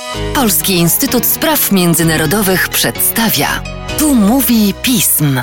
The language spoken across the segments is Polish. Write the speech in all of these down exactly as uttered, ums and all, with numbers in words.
Polski Instytut Spraw Międzynarodowych przedstawia. Tu mówi pism.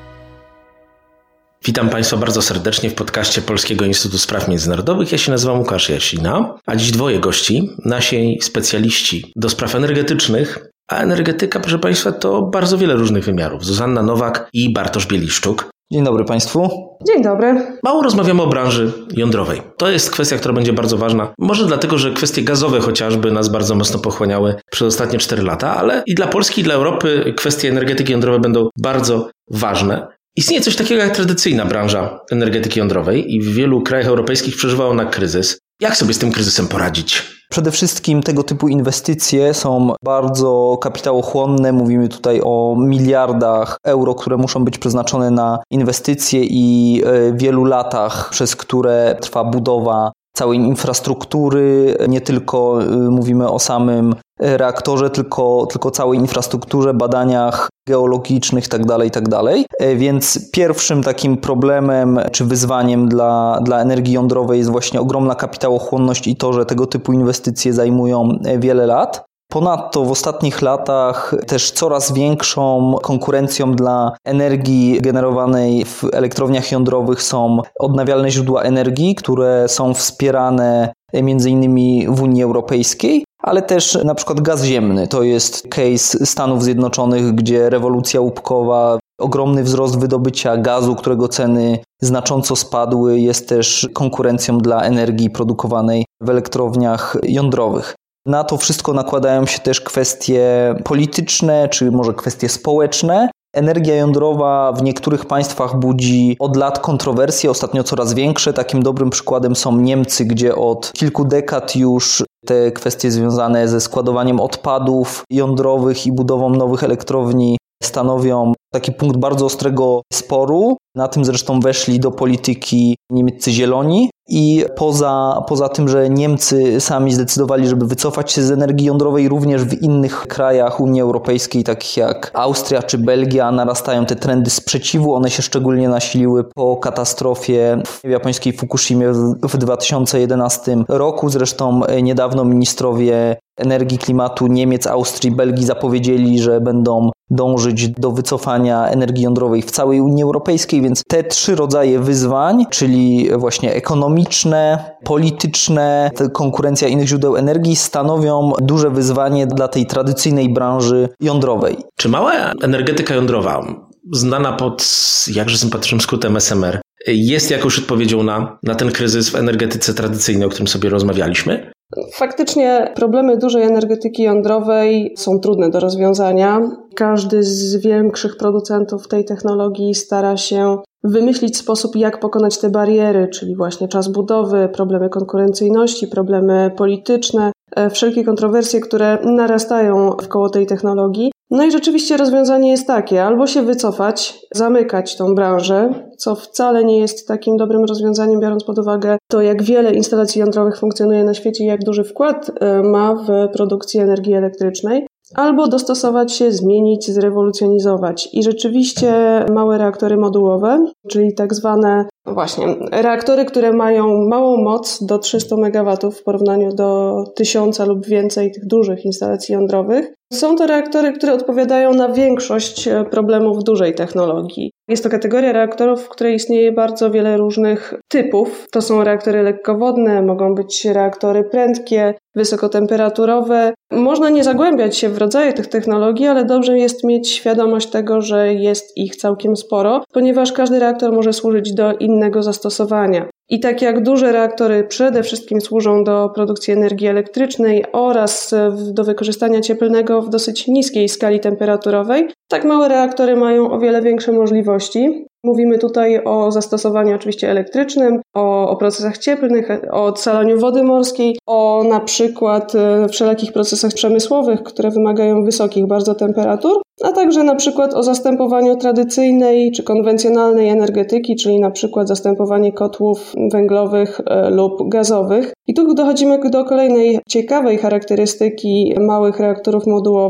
Witam Państwa bardzo serdecznie w podcaście Polskiego Instytutu Spraw Międzynarodowych. Ja się nazywam Łukasz Jasina, a dziś dwoje gości, nasi specjaliści do spraw energetycznych, a energetyka, proszę Państwa, to bardzo wiele różnych wymiarów. Zuzanna Nowak i Bartosz Bieliszczuk. Dzień dobry Państwu. Dzień dobry. Mało rozmawiamy o branży jądrowej. To jest kwestia, która będzie bardzo ważna. Może dlatego, że kwestie gazowe chociażby nas bardzo mocno pochłaniały przez ostatnie cztery lata, ale i dla Polski, i dla Europy kwestie energetyki jądrowej będą bardzo ważne. Istnieje coś takiego jak tradycyjna branża energetyki jądrowej i w wielu krajach europejskich przeżywa ona kryzys. Jak sobie z tym kryzysem poradzić? Przede wszystkim tego typu inwestycje są bardzo kapitałochłonne. Mówimy tutaj o miliardach euro, które muszą być przeznaczone na inwestycje i wielu latach, przez które trwa budowa całej infrastruktury. Nie tylko mówimy o samym reaktorze, tylko, tylko całej infrastrukturze, badaniach geologicznych itd., itd. Więc pierwszym takim problemem czy wyzwaniem dla, dla energii jądrowej jest właśnie ogromna kapitałochłonność i to, że tego typu inwestycje zajmują wiele lat. Ponadto w ostatnich latach też coraz większą konkurencją dla energii generowanej w elektrowniach jądrowych są odnawialne źródła energii, które są wspierane między innymi w Unii Europejskiej, ale też na przykład gaz ziemny. To jest case Stanów Zjednoczonych, gdzie rewolucja łupkowa, ogromny wzrost wydobycia gazu, którego ceny znacząco spadły, jest też konkurencją dla energii produkowanej w elektrowniach jądrowych. Na to wszystko nakładają się też kwestie polityczne, czy może kwestie społeczne. Energia jądrowa w niektórych państwach budzi od lat kontrowersje, ostatnio coraz większe. Takim dobrym przykładem są Niemcy, gdzie od kilku dekad już te kwestie związane ze składowaniem odpadów jądrowych i budową nowych elektrowni stanowią taki punkt bardzo ostrego sporu. Na tym zresztą weszli do polityki niemieccy zieloni i poza, poza tym, że Niemcy sami zdecydowali, żeby wycofać się z energii jądrowej, również w innych krajach Unii Europejskiej, takich jak Austria czy Belgia, narastają te trendy sprzeciwu. One się szczególnie nasiliły po katastrofie w japońskiej Fukushimie w dwa tysiące jedenastym roku. Zresztą niedawno ministrowie energii, klimatu Niemiec, Austrii, Belgii zapowiedzieli, że będą dążyć do wycofania energii jądrowej w całej Unii Europejskiej, więc te trzy rodzaje wyzwań, czyli właśnie ekonomiczne, polityczne, konkurencja innych źródeł energii, stanowią duże wyzwanie dla tej tradycyjnej branży jądrowej. Czy mała energetyka jądrowa, znana pod jakże sympatycznym skrótem S M R, jest jakąś odpowiedzią na, na ten kryzys w energetyce tradycyjnej, o którym sobie rozmawialiśmy? Faktycznie problemy dużej energetyki jądrowej są trudne do rozwiązania. Każdy z większych producentów tej technologii stara się wymyślić sposób, jak pokonać te bariery, czyli właśnie czas budowy, problemy konkurencyjności, problemy polityczne, wszelkie kontrowersje, które narastają wkoło tej technologii. No i rzeczywiście rozwiązanie jest takie, albo się wycofać, zamykać tą branżę, co wcale nie jest takim dobrym rozwiązaniem, biorąc pod uwagę to, jak wiele instalacji jądrowych funkcjonuje na świecie i jak duży wkład ma w produkcję energii elektrycznej, albo dostosować się, zmienić, zrewolucjonizować. I rzeczywiście małe reaktory modułowe, czyli tak zwane właśnie reaktory, które mają małą moc do trzysta megawatów w porównaniu do tysiąca lub więcej tych dużych instalacji jądrowych, są to reaktory, które odpowiadają na większość problemów dużej technologii. Jest to kategoria reaktorów, w której istnieje bardzo wiele różnych typów. To są reaktory lekkowodne, mogą być reaktory prędkie, wysokotemperaturowe. Można nie zagłębiać się w rodzaje tych technologii, ale dobrze jest mieć świadomość tego, że jest ich całkiem sporo, ponieważ każdy reaktor może służyć do innego zastosowania. I tak jak duże reaktory przede wszystkim służą do produkcji energii elektrycznej oraz do wykorzystania cieplnego w dosyć niskiej skali temperaturowej, tak małe reaktory mają o wiele większe możliwości. Mówimy tutaj o zastosowaniu oczywiście elektrycznym, o, o procesach cieplnych, o odsalaniu wody morskiej, o na przykład wszelakich procesach przemysłowych, które wymagają wysokich bardzo temperatur, a także na przykład o zastępowaniu tradycyjnej czy konwencjonalnej energetyki, czyli na przykład zastępowanie kotłów węglowych lub gazowych. I tu dochodzimy do kolejnej ciekawej charakterystyki małych reaktorów modułowych.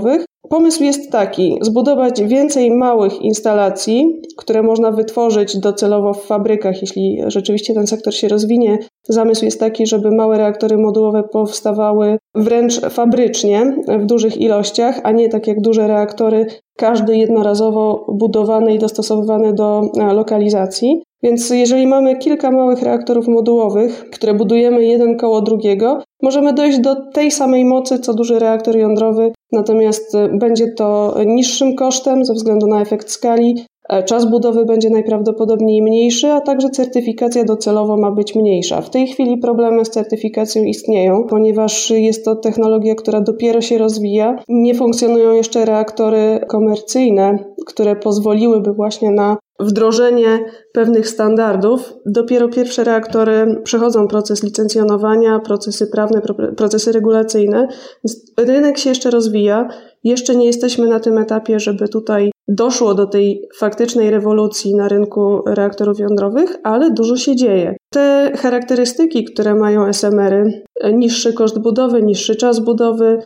Pomysł jest taki, zbudować więcej małych instalacji, które można wytworzyć docelowo w fabrykach, jeśli rzeczywiście ten sektor się rozwinie. Zamysł jest taki, żeby małe reaktory modułowe powstawały wręcz fabrycznie, w dużych ilościach, a nie tak jak duże reaktory, każdy jednorazowo budowany i dostosowywany do lokalizacji. Więc jeżeli mamy kilka małych reaktorów modułowych, które budujemy jeden koło drugiego, możemy dojść do tej samej mocy, co duży reaktor jądrowy, natomiast będzie to niższym kosztem ze względu na efekt skali, czas budowy będzie najprawdopodobniej mniejszy, a także certyfikacja docelowo ma być mniejsza. W tej chwili problemy z certyfikacją istnieją, ponieważ jest to technologia, która dopiero się rozwija. Nie funkcjonują jeszcze reaktory komercyjne, które pozwoliłyby właśnie na wdrożenie pewnych standardów. Dopiero pierwsze reaktory przechodzą proces licencjonowania, procesy prawne, procesy regulacyjne. Więc rynek się jeszcze rozwija. Jeszcze nie jesteśmy na tym etapie, żeby tutaj doszło do tej faktycznej rewolucji na rynku reaktorów jądrowych, ale dużo się dzieje. Te charakterystyki, które mają es em ery, niższy koszt budowy, niższy czas budowy,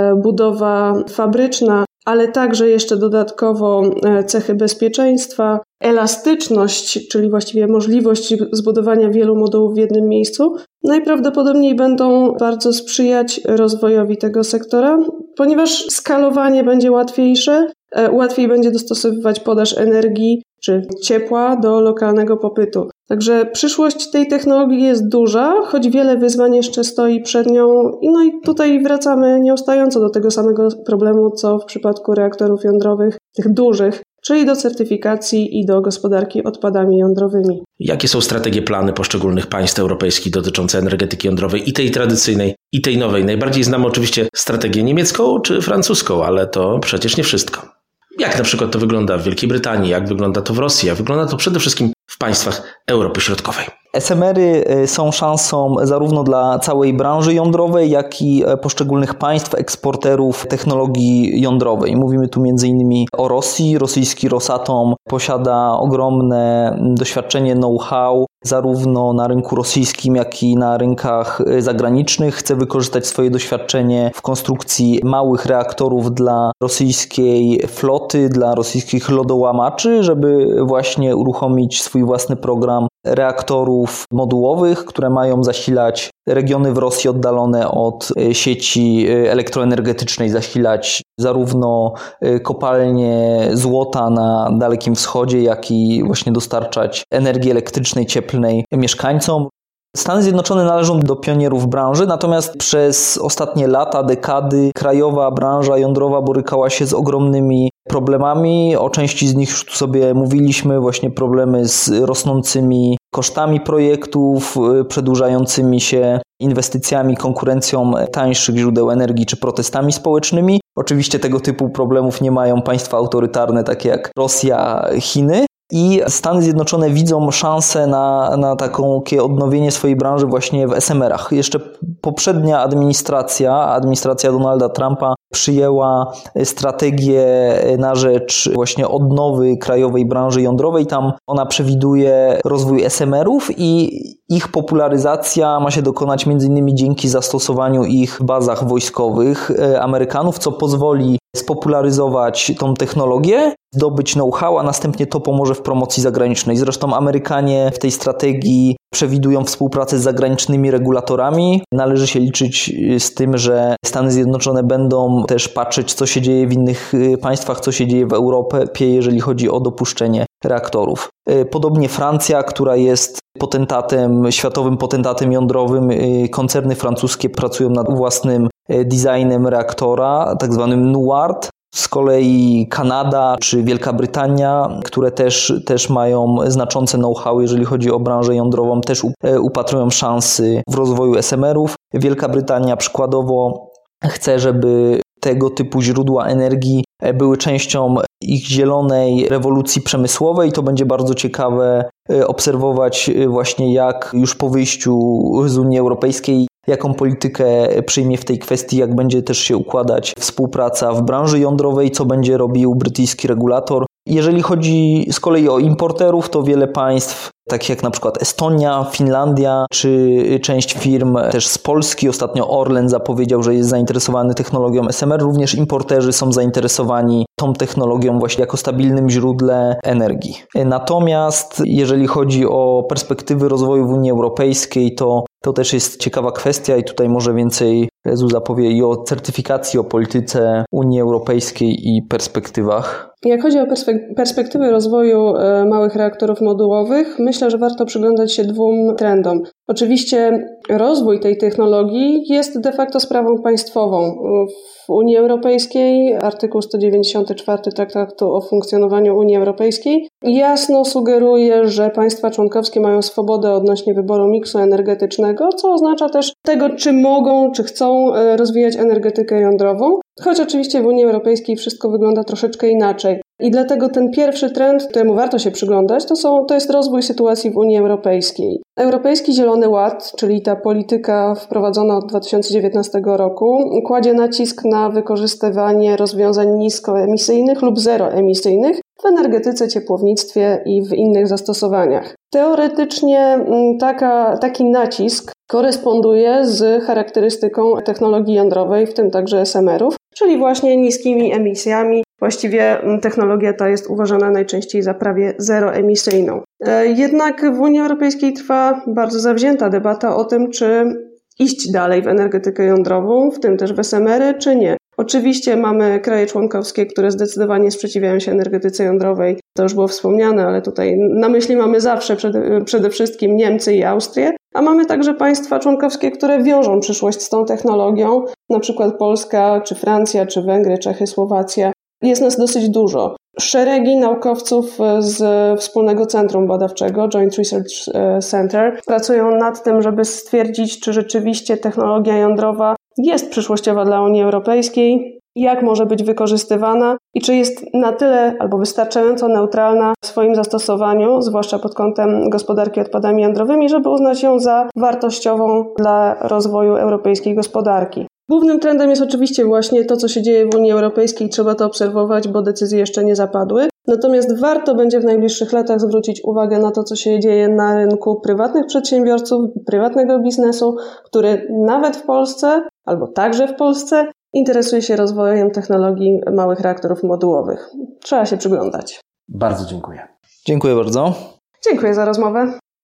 budowa fabryczna, ale także jeszcze dodatkowo cechy bezpieczeństwa, elastyczność, czyli właściwie możliwość zbudowania wielu modułów w jednym miejscu, najprawdopodobniej będą bardzo sprzyjać rozwojowi tego sektora, ponieważ skalowanie będzie łatwiejsze, łatwiej będzie dostosowywać podaż energii czy ciepła do lokalnego popytu. Także przyszłość tej technologii jest duża, choć wiele wyzwań jeszcze stoi przed nią. No i tutaj wracamy nieustająco do tego samego problemu, co w przypadku reaktorów jądrowych, tych dużych, czyli do certyfikacji i do gospodarki odpadami jądrowymi. Jakie są strategie, plany poszczególnych państw europejskich dotyczące energetyki jądrowej i tej tradycyjnej, i tej nowej? Najbardziej znamy oczywiście strategię niemiecką czy francuską, ale to przecież nie wszystko. Jak na przykład to wygląda w Wielkiej Brytanii, jak wygląda to w Rosji, jak wygląda to przede wszystkim w państwach Europy Środkowej? es em ery są szansą zarówno dla całej branży jądrowej, jak i poszczególnych państw eksporterów technologii jądrowej. Mówimy tu między innymi o Rosji. Rosyjski Rosatom posiada ogromne doświadczenie, know-how zarówno na rynku rosyjskim, jak i na rynkach zagranicznych. Chce wykorzystać swoje doświadczenie w konstrukcji małych reaktorów dla rosyjskiej floty, dla rosyjskich lodołamaczy, żeby właśnie uruchomić swój własny program reaktorów modułowych, które mają zasilać regiony w Rosji oddalone od sieci elektroenergetycznej, zasilać zarówno kopalnie złota na Dalekim Wschodzie, jak i właśnie dostarczać energii elektrycznej, cieplnej mieszkańcom. Stany Zjednoczone należą do pionierów branży, natomiast przez ostatnie lata, dekady krajowa branża jądrowa borykała się z ogromnymi problemami. O części z nich już tu sobie mówiliśmy, właśnie problemy z rosnącymi kosztami projektów, przedłużającymi się inwestycjami, konkurencją tańszych źródeł energii czy protestami społecznymi. Oczywiście tego typu problemów nie mają państwa autorytarne takie jak Rosja, Chiny. I Stany Zjednoczone widzą szansę na, na takie odnowienie swojej branży właśnie w es em erach. Jeszcze poprzednia administracja, administracja Donalda Trumpa przyjęła strategię na rzecz właśnie odnowy krajowej branży jądrowej. Tam ona przewiduje rozwój es em erów i ich popularyzacja ma się dokonać między innymi dzięki zastosowaniu ich w bazach wojskowych Amerykanów, co pozwoli spopularyzować tą technologię, zdobyć know-how, a następnie to pomoże w promocji zagranicznej. Zresztą Amerykanie w tej strategii przewidują współpracę z zagranicznymi regulatorami. Należy się liczyć z tym, że Stany Zjednoczone będą też patrzeć, co się dzieje w innych państwach, co się dzieje w Europie, jeżeli chodzi o dopuszczenie reaktorów. Podobnie Francja, która jest potentatem, światowym potentatem jądrowym, koncerny francuskie pracują nad własnym designem reaktora, tak zwanym Nuart. Z kolei Kanada czy Wielka Brytania, które też, też mają znaczące know-how, jeżeli chodzi o branżę jądrową, też upatrują szansy w rozwoju es em erów. Wielka Brytania przykładowo chce, żeby tego typu źródła energii były częścią ich zielonej rewolucji przemysłowej. To będzie bardzo ciekawe obserwować właśnie, jak już po wyjściu z Unii Europejskiej, jaką politykę przyjmie w tej kwestii, jak będzie też się układać współpraca w branży jądrowej, co będzie robił brytyjski regulator. Jeżeli chodzi z kolei o importerów, to wiele państw, takich jak na przykład Estonia, Finlandia, czy część firm też z Polski, ostatnio Orlen zapowiedział, że jest zainteresowany technologią S M R, również importerzy są zainteresowani tą technologią właśnie jako stabilnym źródle energii. Natomiast jeżeli chodzi o perspektywy rozwoju w Unii Europejskiej, to to też jest ciekawa kwestia i tutaj może więcej Zuza powie i o certyfikacji, o polityce Unii Europejskiej i perspektywach. Jak chodzi o perspek- perspektywy rozwoju e, małych reaktorów modułowych, myślę, że warto przyglądać się dwóm trendom. Oczywiście rozwój tej technologii jest de facto sprawą państwową. W Unii Europejskiej artykuł sto dziewięćdziesiąty czwarty Traktatu o funkcjonowaniu Unii Europejskiej jasno sugeruje, że państwa członkowskie mają swobodę odnośnie wyboru miksu energetycznego, co oznacza też tego, czy mogą, czy chcą rozwijać energetykę jądrową. Choć oczywiście w Unii Europejskiej wszystko wygląda troszeczkę inaczej. I dlatego ten pierwszy trend, któremu warto się przyglądać, to, są, to jest rozwój sytuacji w Unii Europejskiej. Europejski Zielony Ład, czyli ta polityka wprowadzona od dwa tysiące dziewiętnastego roku, kładzie nacisk na wykorzystywanie rozwiązań niskoemisyjnych lub zeroemisyjnych w energetyce, ciepłownictwie i w innych zastosowaniach. Teoretycznie taka, taki nacisk koresponduje z charakterystyką technologii jądrowej, w tym także S M R-ów, czyli właśnie niskimi emisjami. Właściwie technologia ta jest uważana najczęściej za prawie zeroemisyjną. Jednak w Unii Europejskiej trwa bardzo zawzięta debata o tym, czy iść dalej w energetykę jądrową, w tym też w S M R-y, czy nie. Oczywiście mamy kraje członkowskie, które zdecydowanie sprzeciwiają się energetyce jądrowej. To już było wspomniane, ale tutaj na myśli mamy zawsze przede, przede wszystkim Niemcy i Austrię. A mamy także państwa członkowskie, które wiążą przyszłość z tą technologią, na przykład Polska, czy Francja, czy Węgry, Czechy, Słowacja. Jest nas dosyć dużo. Szeregi naukowców z Wspólnego Centrum Badawczego, Joint Research Center, pracują nad tym, żeby stwierdzić, czy rzeczywiście technologia jądrowa jest przyszłościowa dla Unii Europejskiej, jak może być wykorzystywana i czy jest na tyle albo wystarczająco neutralna w swoim zastosowaniu, zwłaszcza pod kątem gospodarki odpadami jądrowymi, żeby uznać ją za wartościową dla rozwoju europejskiej gospodarki. Głównym trendem jest oczywiście właśnie to, co się dzieje w Unii Europejskiej. Trzeba to obserwować, bo decyzje jeszcze nie zapadły. Natomiast warto będzie w najbliższych latach zwrócić uwagę na to, co się dzieje na rynku prywatnych przedsiębiorców, prywatnego biznesu, który nawet w Polsce, albo także w Polsce, interesuje się rozwojem technologii małych reaktorów modułowych. Trzeba się przyglądać. Bardzo dziękuję. Dziękuję bardzo. Dziękuję za rozmowę.